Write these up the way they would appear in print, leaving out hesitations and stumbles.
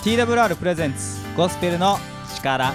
TWR プレゼンツゴスペルの力。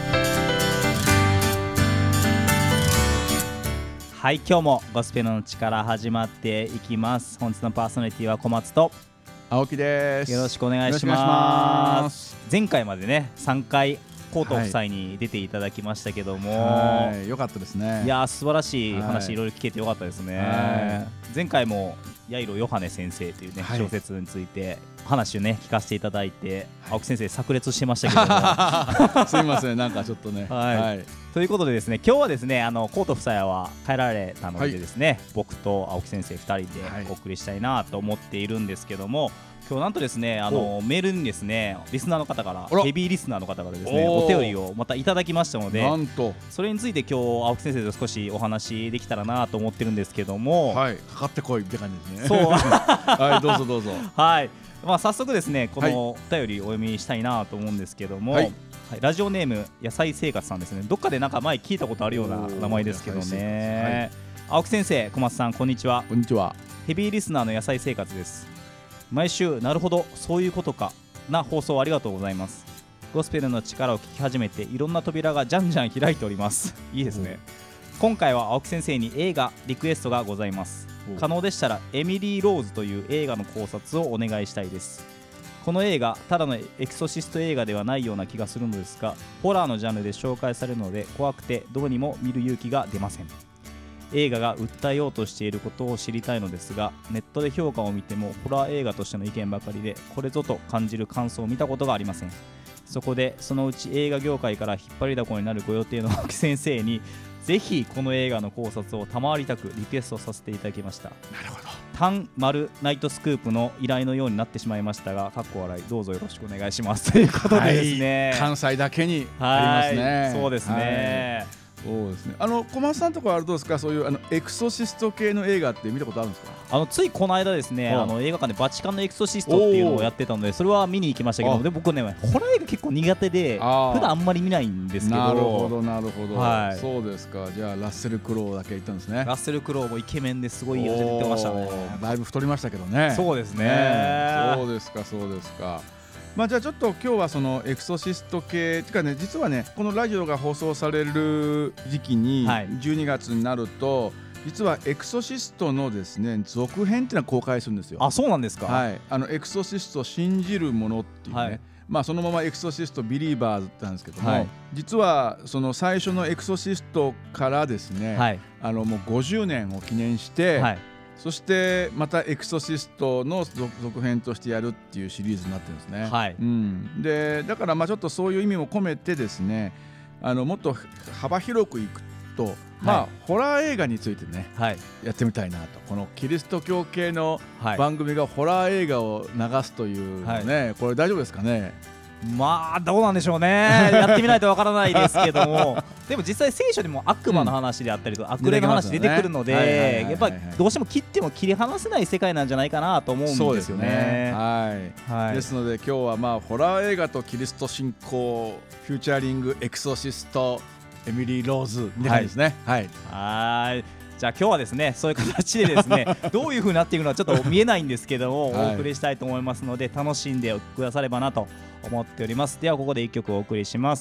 はい、今日もゴスペルの力始まっていきます。本日のパーソナリティは小松と青木です。 よろしくお願いします。前回までね3回コート夫妻に出ていただきましたけども、 はい、よかったですね。 いや素晴らしい話、いろいろ聞けてよかったですね。前回もヤイロ・ヨハネ先生というね、小説について話をね聞かせていただいて、青木先生炸裂してましたけどもすいません、なんかちょっとね、 ということでですね、今日はですねコート夫妻は帰られたのでですね、僕と青木先生2人でお送りしたいなと思っているんですけども、今日なんとですねメールにですねリスナーの方からヘビーリスナーの方からですねお便りをまたいただきましたので、 なんとそれについて今日青木先生と少しお話できたらなと思ってるんですけども、 はい、かかってこいって感じですね。 そうはい、どうぞどうぞ。 はい、早速ですねこのお便りお読みしたいなと思うんですけども、ラジオネーム野菜生活さんですね。どっかでなんか前聞いたことあるような名前ですけどね。青木先生、小松さん、こんにちは。 こんにちは。 ヘビーリスナーの野菜生活です。毎週なるほどそういうことかな放送ありがとうございます。ゴスペルの力を聞き始めていろんな扉がじゃんじゃん開いております。いいですね。今回は青木先生に映画リクエストがございます。可能でしたらエミリー・ローズという映画の考察をお願いしたいです。この映画ただのエクソシスト映画ではないような気がするのですが、ホラーのジャンルで紹介されるので怖くてどうにも見る勇気が出ません。映画が訴えようとしていることを知りたいのですが、ネットで評価を見てもホラー映画としての意見ばかりでこれぞと感じる感想を見たことがありません。そこでそのうち映画業界から引っ張りだこになるご予定の青木先生にぜひこの映画の考察を賜りたくリクエストさせていただきました。 なるほど。 単丸ナイトスクープの依頼のようになってしまいましたが、かっこ笑いどうぞよろしくお願いしますということでですね、 関西だけにありますね。 そうですね。 そうですね。小松さんとかはどうですか、そういうエクソシスト系の映画って見たことあるんですか？ ついこの間ですね、映画館でバチカンのエクソシストっていうのをやってたので、それは見に行きましたけども、で僕ねホラー映画結構苦手で普段あんまり見ないんですけど。 なるほどなるほど、 はい、 そうですか。じゃあラッセル・クロウだけ行ったんですね。 ラッセル・クロウもイケメンですごい言ってましたね。 だいぶ太りましたけどね。 そうですね。 そうですかそうですか。じゃあちょっと今日はそのエクソシスト系っていうかね、実はねこのラジオが放送される時期に12月になると、実はエクソシストのですね続編っていうのは公開するんですよ。 あ、そうなんですか。 はい、エクソシストを信じるものっていうね、そのままエクソシストビリーバーズってなんですけども、実はその最初のエクソシストからですね、もう50年を記念して、そしてまたエクソシストの続編としてやるっていうシリーズになってるんですね。でだからちょっとそういう意味も込めてですね、もっと幅広くいくと、ホラー映画についてね、やってみたいなと。このキリスト教系の番組がホラー映画を流すというね、これ大丈夫ですかね。 どうなんでしょうね。やってみないとわからないですけどもでも実際聖書にも悪魔の話であったりと悪霊の話出てくるので、やっぱりどうしても切っても切り離せない世界なんじゃないかなと思うんですよね。 ですので今日はホラー映画とキリスト信仰フューチャリングエクソシストエミリー・ローズみたいな感じですね。 じゃあ今日はですねそういう形でですねどういう風になっていくのはちょっと見えないんですけども、お送りしたいと思いますので楽しんでくださればなと思っております。ではここで1曲お送りします。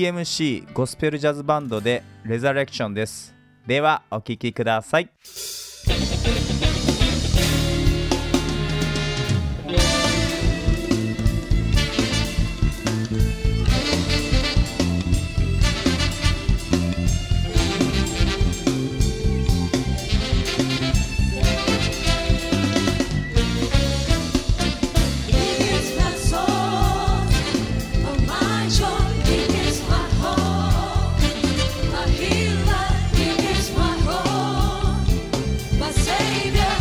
EMC ゴスペルジャズバンドでレザレクションです。ではお聴きください。 Savior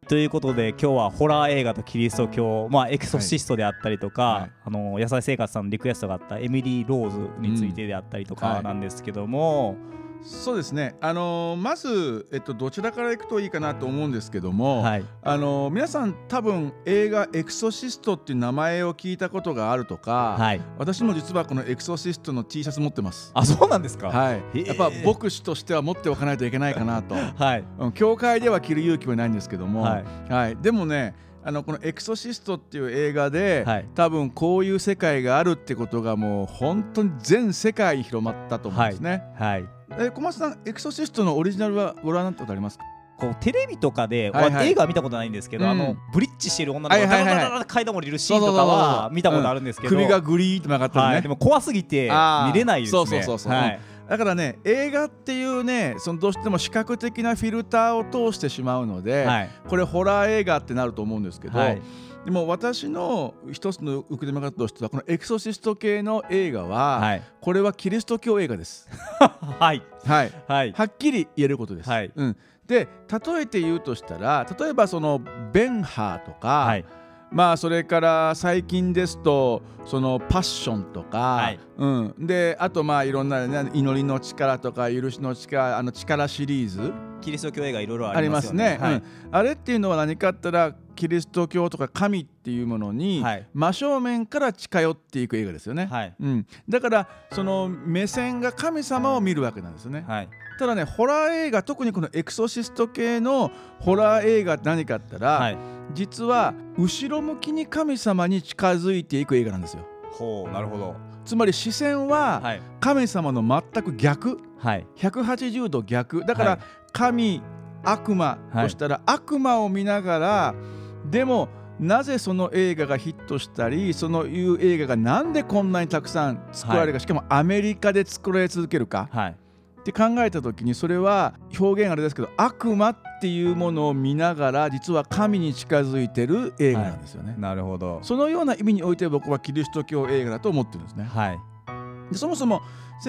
ということで今日はホラー映画とキリスト教、エクソシストであったりとか、野菜生活さんのリクエストがあったエミリー・ローズについてであったりとかなんですけども、 そうですね、まず、どちらからいくといいかなと思うんですけども、皆さん多分映画エクソシストっていう名前を聞いたことがあるとか、私も実はこのエクソシストの T シャツ持ってます。 あ、そうなんですか。 やっぱ牧師としては持っておかないといけないかなと、教会では着る勇気はないんですけども、でもね、このエクソシストっていう映画で、多分こういう世界があるってことがもう本当に全世界に広まったと思うんですね。小松さん、エクソシストのオリジナルはご覧になったことありますか？ こうテレビとかで、映画は見たことないんですけど、ブリッジしてる女の子がダダダダ階段降りるシーンとかは見たことあるんですけど、 首がグリーッと曲がってるね、 でも怖すぎて見れないですね。 だからね、映画っていうね、どうしても視覚的なフィルターを通してしまうので、これホラー映画ってなると思うんですけど、でも私の一つの受け止め方としては、このエクソシスト系の映画は、これはキリスト教映画です。はっきり言えることです。で、例えて言うとしたら、例えばそのベンハーとか、それから最近ですとそのパッションとか、であといろんな、祈りの力とか許しの力、力シリーズ、 キリスト教映画いろいろありますよね。 あれっていうのは何かって言ったら、キリスト教とか神っていうものに真正面から近寄っていく映画ですよね。だからその目線が神様を見るわけなんですね。ただね、ホラー映画、特にこのエクソシスト系のホラー映画って何かって言ったら、実は後ろ向きに神様に近づいていく映画なんですよ。 なるほど。 つまり視線は神様の全く逆、180度逆だから、神悪魔としたら、悪魔を見ながら、でもなぜその映画がヒットしたり、そのいう映画がなんでこんなにたくさん作られるか、しかもアメリカで作られ続けるか、って考えた時に、それは表現あれですけど、悪魔っていうものを見ながら実は神に近づいてる映画なんですよね。 なるほど。 そのような意味において僕はキリスト教映画だと思ってるんですね。でそもそも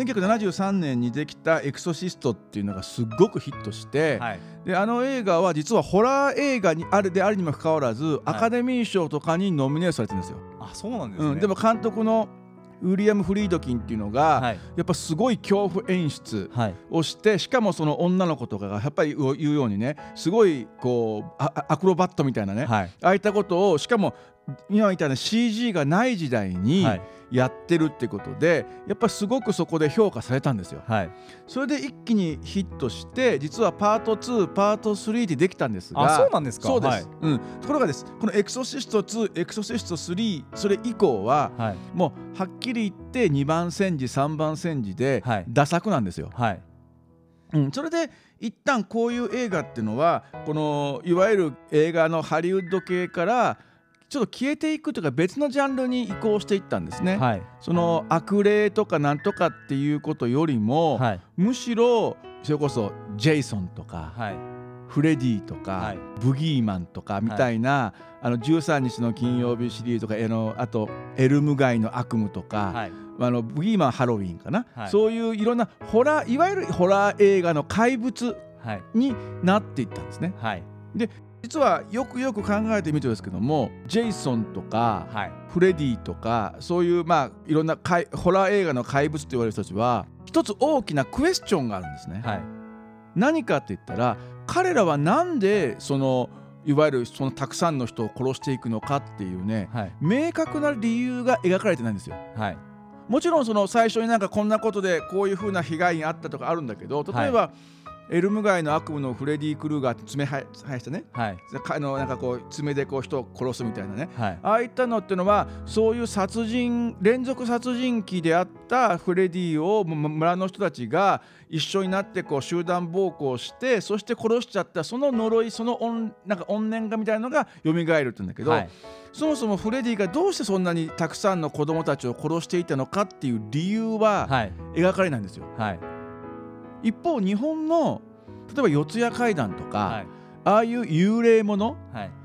1973年にできたエクソシストっていうのがすごくヒットして、で映画は実はホラー映画であるにもかかわらず、アカデミー賞とかにノミネートされてるんですよ。 そうなんですね。 でも監督のウィリアム・フリードキンっていうのが、やっぱすごい恐怖演出をして、しかもその女の子とかがやっぱり言うようにね、すごいこうアクロバットみたいなね、ああいったことを、しかも今みたいな CG がない時代にやってるってことで、やっぱりすごくそこで評価されたんですよ。それで一気にヒットして、実はパート2パート3でできたんですが。 そうなんですか。 そうです。ところがです、このエクソシスト2エクソシスト3、それ以降は、もうはっきり言って2番煎じ3番煎じでダ作なんですよ。それで一旦こういう映画っていうのは、このいわゆる映画のハリウッド系からちょっと消えていくというか、別のジャンルに移行していったんですね。その悪霊とかなんとかっていうことよりも、むしろそれこそジェイソンとか、フレディとか、ブギーマンとかみたいな、13日の金曜日シリーズとか、あとエルム街の悪夢とか、ブギーマンハロウィンかな、そういういろんないわゆるホラー映画の怪物になっていったんですね。で実はよくよく考えてみるとですけども、ジェイソンとか、フレディとか、そういういろんなホラー映画の怪物と言われる人たちは、一つ大きなクエスチョンがあるんですね。何かって言ったら、彼らはなんでいわゆるそのたくさんの人を殺していくのかっていうね、明確な理由が描かれてないんですよ。もちろんその最初にこんなことでこういう風な被害に遭ったとかあるんだけど、例えば、エルム街の悪夢のフレディ・クルーガーって爪生やしてね、爪で人を殺すみたいなね、ああいったのってのは、そういう連続殺人鬼であったフレディを村の人たちが一緒になって集団暴行して、そして殺しちゃった、その呪い、その怨念がみたいなのが蘇るって言うんだけど、そもそもフレディがどうしてそんなにたくさんの子供たちを殺していたのかっていう理由は描かれないんですよ。一方、日本の例えば四谷怪談とか、ああいう幽霊もの、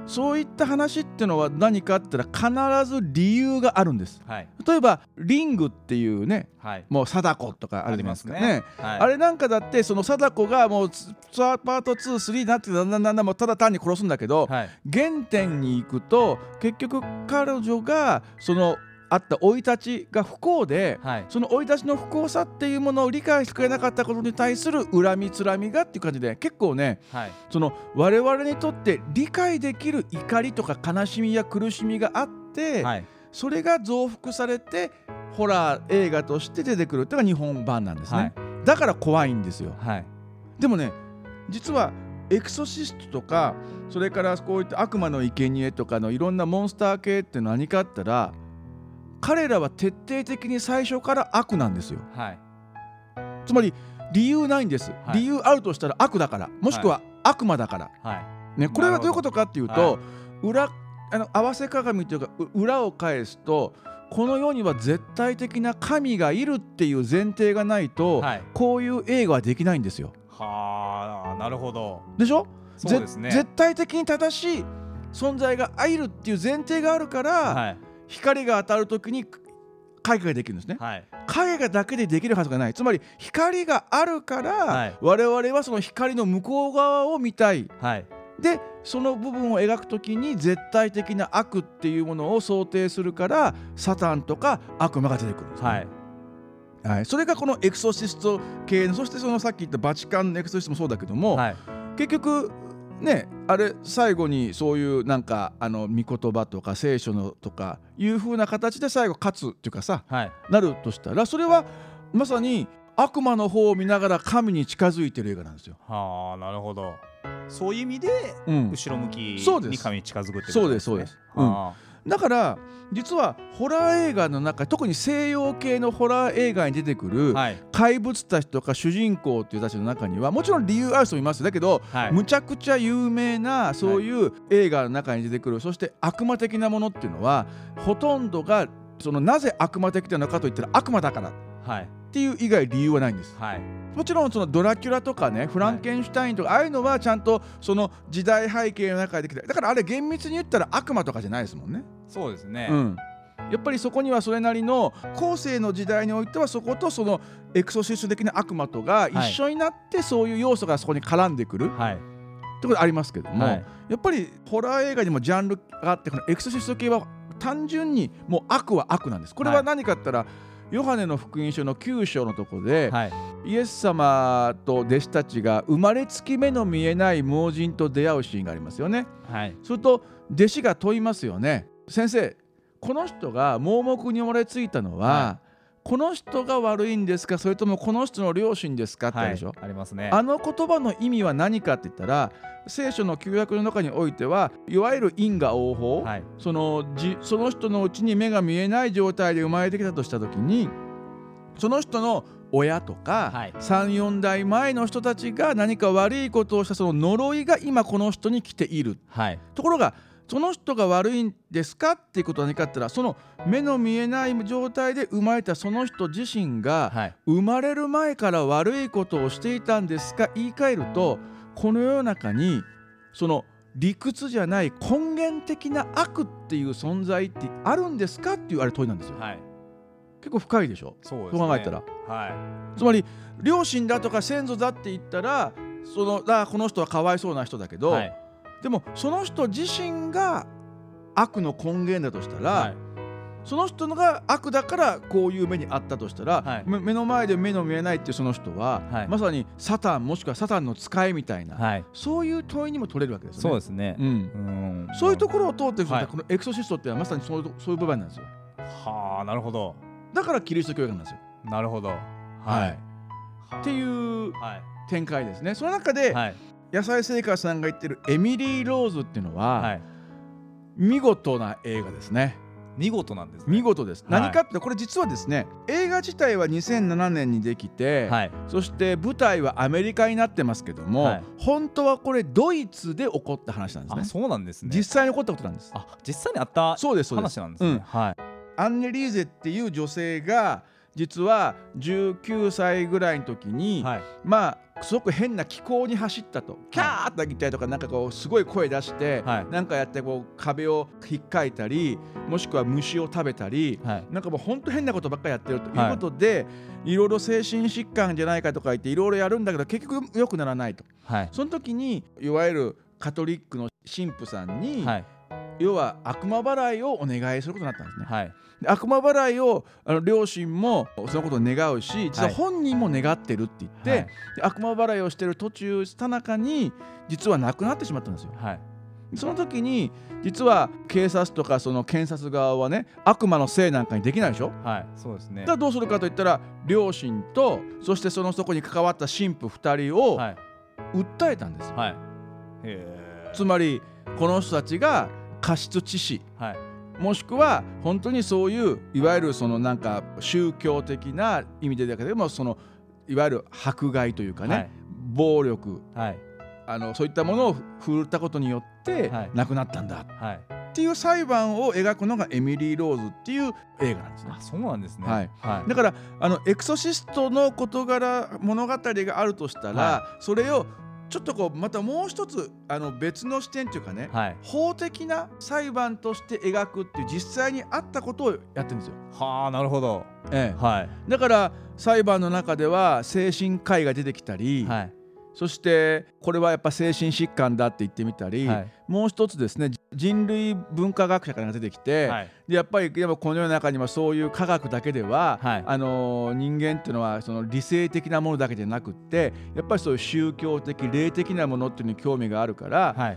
そういった話っていうのは何かって言ったら必ず理由があるんです、 はい、 例えばリングっていうね、 はい、 もう貞子とかあるじゃないですかね、 はい、 あれなんかだってその貞子がもうパート2、3になってだんだんもうただ単に殺すんだけど、 はい、 原点に行くと結局彼女がそのあった生い立ちが不幸で、はい、その生い立ちの不幸さっていうものを理解してくれなかったことに対する恨みつらみがっていう感じで結構ね、はい、その我々にとって理解できる怒りとか悲しみや苦しみがあって、はい、それが増幅されてホラー映画として出てくるっていうのが日本版なんですね、はい、だから怖いんですよ、はい、でもね実はエクソシストとかそれからこういった悪魔の生贄とかのいろんなモンスター系って何かあったら彼らは徹底的に最初から悪なんですよ、はい、つまり理由ないんです、はい、理由あるとしたら悪だからもしくは悪魔だから、はいね、これはどういうことかっていうと、はい、合わせ鏡というか裏を返すとこの世には絶対的な神がいるっていう前提がないと、はい、こういう映画はできないんですよ。 はあ、なるほど。 でしょ？ そうですね。 絶対的に正しい存在がいるっていう前提があるから、はい、光が当たるときに影ができるんですね、はい、影がだけでできるはずがない。つまり光があるから、はい、我々はその光の向こう側を見たい、はい、でその部分を描くときに絶対的な悪っていうものを想定するからサタンとか悪魔が出てくるんですね、はいはい、それがこのエクソシスト系の、そしてそのさっき言ったバチカンのエクソシストもそうだけども、はい、結局ね、あれ最後にそういうなんか御言葉とか聖書のとかいう風な形で最後勝つっていうかさ、はい、なるとしたらそれはまさに悪魔の方を見ながら神に近づいてる映画なんですよ。はあ、なるほど。そういう意味で、後ろ向きに神に近づくってことですね。 そうです、だから実はホラー映画の中、特に西洋系のホラー映画に出てくる怪物たちとか主人公っていうたちの中にはもちろん理由ある人もいます。だけど、はい、むちゃくちゃ有名なそういう映画の中に出てくる、そして悪魔的なものっていうのはほとんどがそのなぜ悪魔的なのかといったら悪魔だから、はい、っていう以外理由はないんです、はい、もちろんそのドラキュラとかねフランケンシュタインとか、ああいうのはちゃんとその時代背景の中でできた。だからあれ厳密に言ったら悪魔とかじゃないですもんね。 そうですね、 やっぱりそこにはそれなりの後世の時代においてはそことそのエクソシスト的な悪魔とが一緒になってそういう要素がそこに絡んでくる、はい、ってことありますけども、はい、やっぱりホラー映画にもジャンルがあって、このエクソシスト系は単純にもう悪は悪なんです。これは何かって言ったら、ヨハネの福音書の9章のところで、はい、イエス様と弟子たちが生まれつき目の見えない盲人と出会うシーンがありますよね、はい、すると弟子が問いますよね。先生、この人が盲目に生まれついたのは、はい、この人が悪いんですか、それともこの人の両親ですかってあるでしょ、はい、 ありますね。 あの言葉の意味は何かって言ったら、聖書の旧約の中においてはいわゆる因果応報、はい、その人のうちに目が見えない状態で生まれてきたとした時に、その人の親とか、はい、3、4代前の人たちが何か悪いことをしたその呪いが今この人に来ている、はい、ところがその人が悪いんですかっていうことは何かって言ったら、その目の見えない状態で生まれたその人自身が、はい、生まれる前から悪いことをしていたんですか。言い換えると、この世の中にその理屈じゃない根源的な悪っていう存在ってあるんですかっていうあれ問いなんですよ、はい、結構深いでしょ。そう考えたら、はい、つまり両親だとか先祖だって言ったらこの人はかわいそうな人だけど、はい、でもその人自身が悪の根源だとしたら、はい、その人のが悪だからこういう目にあったとしたら、はい、目の前で目の見えないっていうその人は、はい、まさにサタンもしくはサタンの使いみたいな、はい、そういう問いにも取れるわけですよね。 そうですね、 そういうところを通ってる人は、このエクソシストっていうのはまさにそういう部分なんですよ。 はあ、なるほど。 だからキリスト教映画なんですよ。 なるほど、 はい、っていう展開ですね。その中で、はい、野菜生活さんが言ってるエミリー・ローズっていうのは、はい、見事な映画ですね。 見事なんですね。 見事です、はい、何かってこれ実はですね、映画自体は2007年にできて、はい、そして舞台はアメリカになってますけども、はい、本当はこれドイツで起こった話なんですね。 あ、そうなんですね。 実際に起こったことなんです。 あ、実際にあった話なんですね。はい、 アンネ・リーゼっていう女性が実は19歳ぐらいの時に、はい、 すごく変な気候に走ったと、キャーって言ったりとか、なんかこうすごい声出して、なんかやってこう壁をひっかいたり、もしくは虫を食べたり、なんかもう本当変なことばっかりやってるということで、いろいろ精神疾患じゃないかとか言っていろいろやるんだけど結局良くならないと、その時にいわゆるカトリックの神父さんに、要は悪魔払いをお願いすることになったんですね。悪魔払いを両親もそのことを願うし、実は本人も願ってるって言って、悪魔払いをしてる途中さなかに実は亡くなってしまったんですよ。その時に実は警察とかその検察側はね、悪魔のせいなんかにできないでしょ。 そうですね。 だからどうするかといったら、両親とそしてそこに関わった神父2人を訴えたんですよ。つまりこの人たちが過失致死、もしくは本当にそういういわゆるそのなんか宗教的な意味でだけでも、そのいわゆる迫害というかね、暴力、そういったものを振るったことによって亡くなったんだっていう裁判を描くのがエミリー・ローズっていう映画なんですね。 そうなんですね。 だからエクソシストの事柄物語があるとしたら、それをちょっとこうまたもう一つ別の視点というかね、法的な裁判として描くっていう実際にあったことをやってるんですよ。 なるほど。 だから裁判の中では精神科医が出てきたり、そしてこれはやっぱ精神疾患だって言ってみたり、もう一つですね、人類文化学者が出てきて、でやっぱりこの世の中にはそういう科学だけでは、人間っていうのはその理性的なものだけじゃなくって、やっぱりそういう宗教的霊的なものっていうのに興味があるから、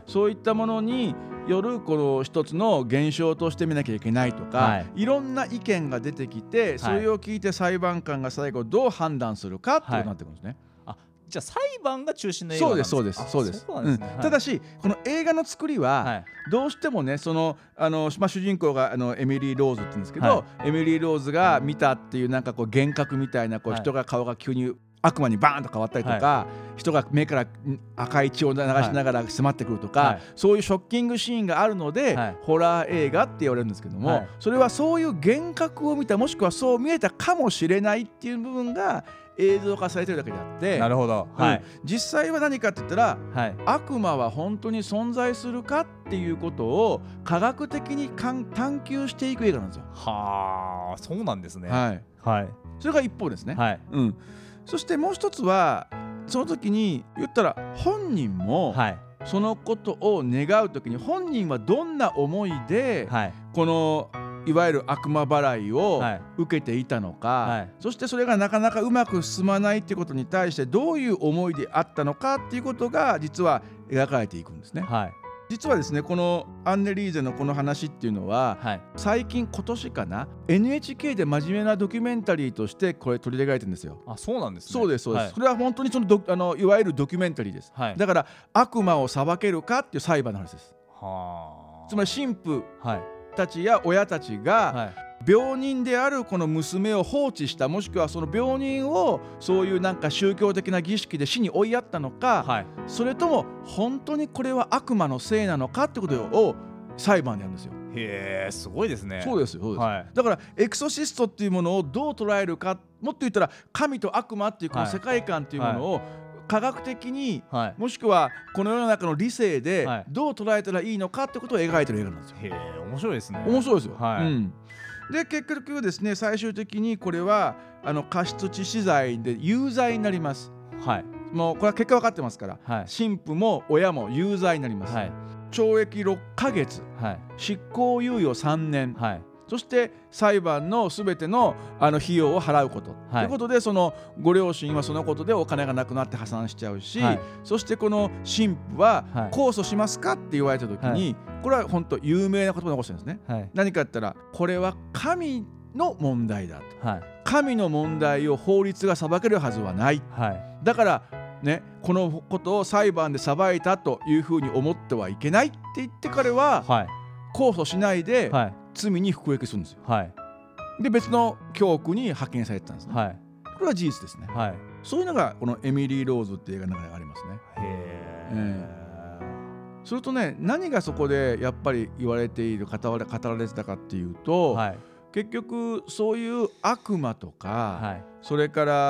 そういったものによるこの一つの現象として見なきゃいけないとか、いろんな意見が出てきて、それを聞いて裁判官が最後どう判断するかっていうことになってくるんですね。 じゃあ裁判が中心の映画なんですか？ そうです。ただしこの映画の作りはどうしてもね、その主人公がエミリー・ローズって言うんですけど、エミリー・ローズが見たっていうなんかこう幻覚みたいな、こう人が顔が急に悪魔にバーンと変わったりとか、人が目から赤い血を流しながら迫ってくるとか、そういうショッキングシーンがあるので、ホラー映画って言われるんですけども、それはそういう幻覚を見た、もしくはそう見えたかもしれないっていう部分が映像化されてるだけであって、 なるほど、 実際は何かって言ったら、悪魔は本当に存在するかっていうことを科学的に探求していく映画なんですよ。 そうなんですね。 それが一方ですね。そしてもう一つは、その時に言ったら本人もそのことを願う時に、本人はどんな思いでこのいわゆる悪魔払いを受けていたのか、そしてそれがなかなかうまく進まないっていうことに対してどういう思いであったのかっていうことが実は描かれていくんですね。実はですね、このアンネ・リーゼのこの話っていうのは、最近今年かな NHK で真面目なドキュメンタリーとしてこれ取り上げられてるんですよ。 そうなんですね。 そうです。それは本当にいわゆるドキュメンタリーです。だから悪魔を裁けるかっていう裁判の話です。つまり神父たちや親たちが病人であるこの娘を放置した、もしくはその病人をそういうなんか宗教的な儀式で死に追いやったのか、それとも本当にこれは悪魔のせいなのかってことを裁判でやるんですよ。 すごいですね。 そうです。だからエクソシストっていうものをどう捉えるか、もっと言ったら神と悪魔っていうこの世界観っていうものを科学的に、もしくはこの世の中の理性でどう捉えたらいいのかってことを描いてる映画なんですよ。 面白いですね。 面白いですよ。で結局ですね、最終的にこれは過失致死罪で有罪になります。もうこれは結果分かってますから、神父も親も有罪になります。懲役6ヶ月、執行猶予3年、そして裁判のすべての費用を払うこと、ということで、そのご両親はそのことでお金がなくなって破産しちゃうし、そしてこの神父は控訴しますかって言われた時に、これは本当有名な言葉を残してるんですね。何かって言ったら、これは神の問題だと、神の問題を法律が裁けるはずはない、だからね、このことを裁判で裁いたというふうに思ってはいけないって言って、彼は控訴しないで罪に服役するんですよ。で別の教区に派遣されてたんですね。これは事実ですね。そういうのがこのエミリー・ローズっていう映画の中にありますね。それとね、何がそこでやっぱり言われている、語られてたかっていうと、結局そういう悪魔とか、それから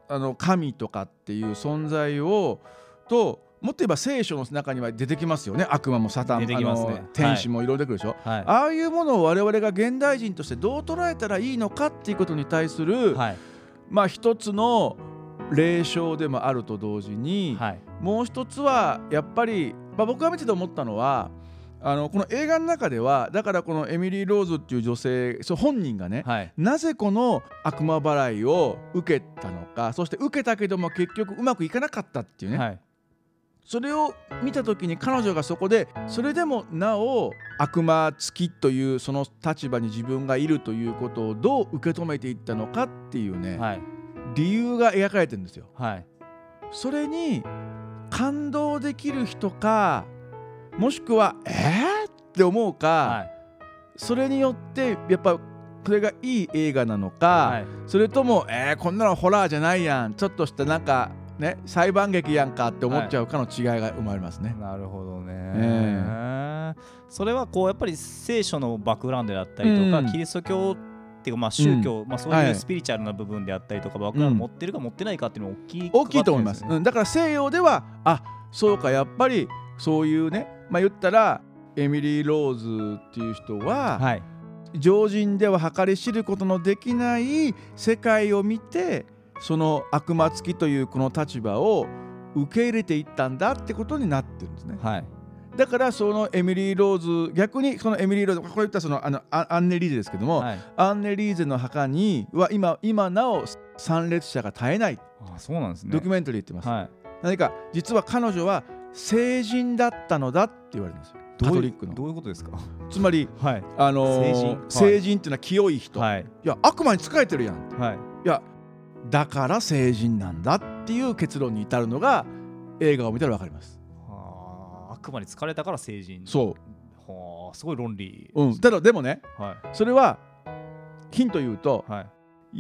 神とかっていう存在をともっと言えば聖書の中には出てきますよね。悪魔もサタン、 出てきますね、 天使もいろいろ出てくるでしょ、 はい、 ああいうものを我々が現代人としてどう捉えたらいいのかっていうことに対する、はい、まあ一つの霊障でもあると同時に、はい、もう一つはやっぱり、僕が見てて思ったのはこの映画の中ではだからこのエミリー・ローズっていう女性本人がね、はい、なぜこの悪魔払いを受けたのか、そして受けたけども結局うまくいかなかったっていうね、はい、それを見た時に彼女がそこでそれでもなお悪魔付きというその立場に自分がいるということをどう受け止めていったのかっていうね、はい、理由が描かれてるんですよ、はい、それに感動できる人かもしくはって思うか、はい、それによってやっぱそれがいい映画なのか、はい、それともこんなのホラーじゃないやん、ちょっとしたなんかね裁判劇やんかって思っちゃうかの違いが生まれますね、 なるほどね、それはこうやっぱり聖書のバックグラウンドであったりとか、キリスト教っていうか宗教、そういうスピリチュアルな部分であったりとか、バックグラウンド持ってるか持ってないかっていうのは大きいと思います、だから西洋ではそうかやっぱりそういうね、言ったらエミリー・ローズっていう人は、はい、常人では計り知ることのできない世界を見てその悪魔付きというこの立場を受け入れていったんだってことになってるんですね、はい、だからそのエミリー・ローズ、逆にそのエミリー・ローズ、これ言ったらそのアンネ・リーゼですけども、はい、アンネ・リーゼの墓には今なお参列者が絶えない。 そうなんですね。 ドキュメンタリー言ってます、はい、何か実は彼女は聖人だったのだって言われるんですよ、カトリックの。 どういうことですか？ つまり、はい、聖人っていうのは清い人、はい、いや悪魔に仕えてるやん、はい、いやだから聖人なんだっていう結論に至るのが映画を見たら分かります。 悪魔に疲れたから聖人。 そう。 すごい論理、 ただでもね、はい、それはヒント言うと、はい、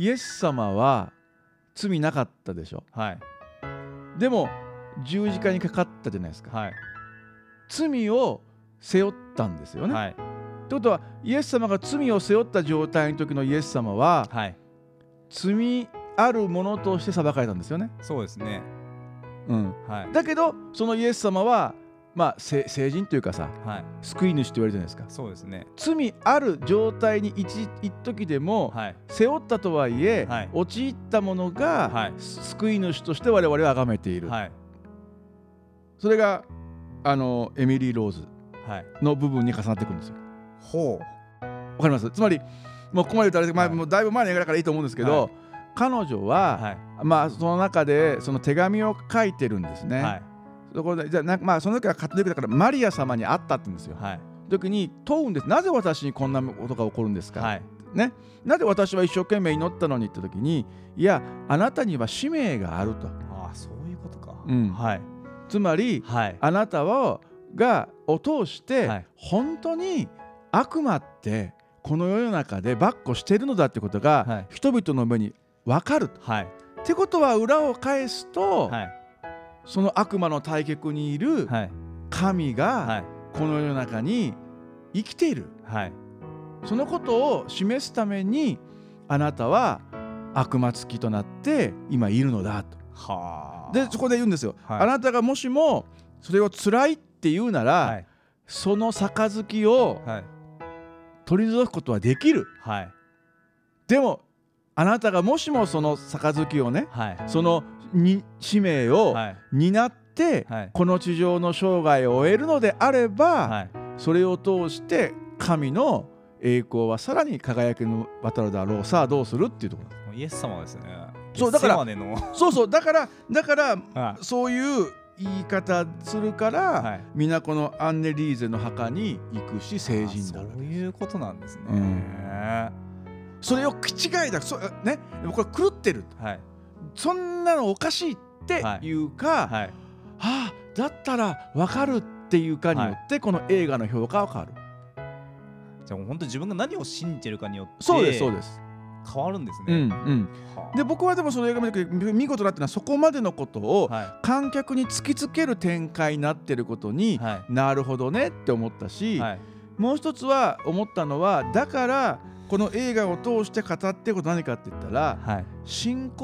イエス様は罪なかったでしょ、はい、でも十字架にかかったじゃないですか、はい、罪を背負ったんですよね、はい、ということはイエス様が罪を背負った状態の時のイエス様は、はい、罪あるものとして裁かれたんですよね。 そうですね、 はい、だけどそのイエス様は聖人というかさ、はい、救い主と言われるじゃないですか。 そうですね。 罪ある状態に一時でも、はい、背負ったとはいえ、はい、陥ったものが、はい、救い主として我々は崇めている、はい、それがエミリー・ローズの部分に重なってくるんですよ。 ほう。 わかります？つまりもうここまで言ったら、もうだいぶ前の映画だからいいと思うんですけど、はい、彼女は、はい、その中でその手紙を書いてるんですね、はい、そこでその時はカトリックだからマリア様に会ったって言うんですよ、はい、時に問うんです。なぜ私にこんなことが起こるんですか、はいね、なぜ私は一生懸命祈ったのにって時に、いやあなたには使命があると。 そういうことか、 はい、つまり、はい、あなたを通して、はい、本当に悪魔ってこの世の中で跋扈しているのだってことが、はい、人々の目に分かると、はい、ってことは裏を返すと、はい、その悪魔の対極にいる神がこの世の中に生きている、はい、そのことを示すためにあなたは悪魔付きとなって今いるのだと。でそこで言うんですよ、はい、あなたがもしもそれを辛いって言うなら、はい、その杯を取り除くことはできる、はい、でもあなたがもしもその杯をね、はい、その使命を担って、はい、この地上の生涯を終えるのであれば、はい、それを通して神の栄光はさらに輝きに渡るだろう。さあどうするっていうところ。 イエス様ですね。 そうだからだからそういう言い方するから、はい、みんなこのアンネ・リーゼの墓に行くし聖人になる。 そういうことなんですね、 それを気違いだ、ね、でもこれ狂ってる、はい、そんなのおかしいっていうか、はいはい、だったら分かるっていうかによって、はい、この映画の評価は変わる。 じゃあ本当に自分が何を信じてるかによってそうです変わるんですね、 で僕はでもその映画見て見事だってのはそこまでのことを観客に突きつける展開になってることに、はい、なるほどねって思ったし、はい、もう一つは思ったのはだからこの映画を通して語っていること何かって言ったら、はい、信仰っ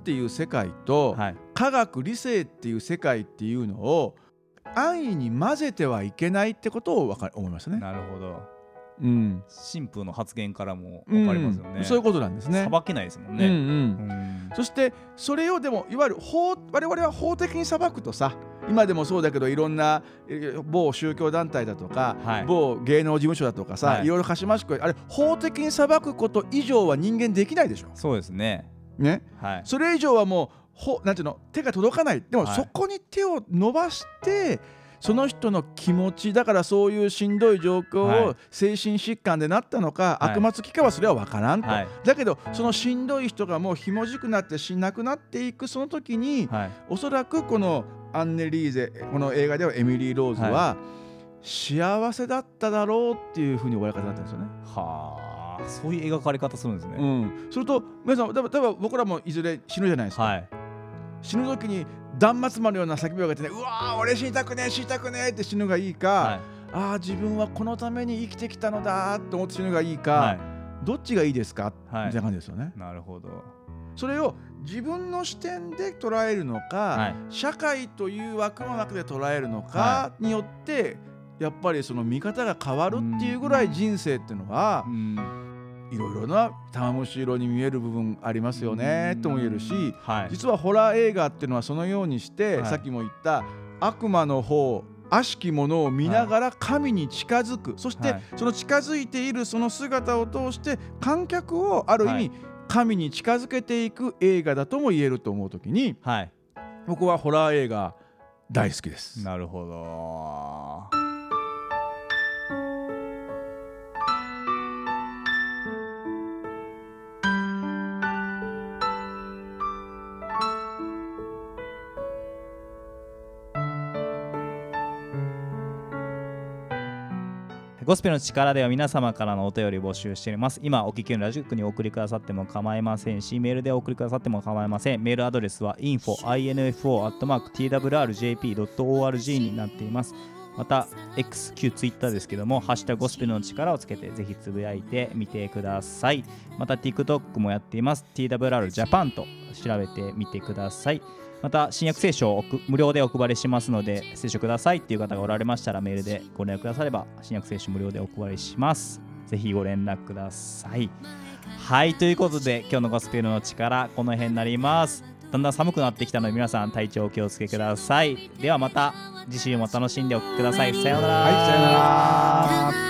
っていう世界と、はい、科学理性っていう世界っていうのを安易に混ぜてはいけないってことを思いましたね。 なるほど。神父の発言からも分かりますよね。 そういうことなんですね。 裁けないですもんね。 そしてそれをでもいわゆる我々は法的に裁くとさ、今でもそうだけどいろんな某宗教団体だとか、はい、某芸能事務所だとかさ、はい、いろいろかしましくあれ法的に裁くこと以上は人間できないでしょ。 そうですね。 はい、それ以上はもうなんていうの、手が届かない。でもそこに手を伸ばして、その人の気持ちだから、そういうしんどい状況を精神疾患でなったのか、はい、悪末期かはそれは分からんと、はい、だけどそのしんどい人がもうひもじくなってなくなっていくその時に、はい、おそらくこのアンネリーゼ、この映画ではエミリー・ローズは、はい、幸せだっただろうっていうふうに終わり方になったんですよね。 はあ、そういう描かれ方するんですね。 それと皆さん、例えば僕らもいずれ死ぬじゃないですか、はい、死ぬ時に断末魔のような叫びを上げてね、うわー俺死にたくねえ死にたくねえって死ぬがいいか、はい、ああ自分はこのために生きてきたのだと思って死ぬがいいか、はい、どっちがいいですか、みたいな感じですよね。 なるほど。 それを自分の視点で捉えるのか、はい、社会という枠の中で捉えるのかによって、やっぱりその見方が変わるっていうぐらい人生っていうのは、いろいろな玉虫色に見える部分ありますよねとも言えるし、はい、実はホラー映画っていうのはそのようにして、はい、さっきも言った悪魔の方、悪しきものを見ながら神に近づく、はい、そしてその近づいているその姿を通して観客をある意味神に近づけていく映画だとも言えると思うときに、はい、僕はホラー映画大好きです。 なるほど。ゴスペルの力では皆様からのお便りを募集しています。今お聞きのラジオ局にお送りくださっても構いませんし、メールでお送りくださっても構いません。メールアドレスは info@twrjp.org になっています。また X 旧 Twitter ですけども、ハッシュタグゴスペルの力をつけてぜひつぶやいてみてください。また TikTok もやっています。 TWR Japan と調べてみてください。また新約聖書を無料でお配りしますので、聖書くださいっていう方がおられましたらメールでご連絡くだされば新約聖書無料でお配りします。ぜひご連絡ください。はい、ということで今日のゴスペルの力この辺になります。だんだん寒くなってきたので皆さん体調お気をつけください。ではまた次週も楽しんでお聞きください。さようなら。 はい、さようなら。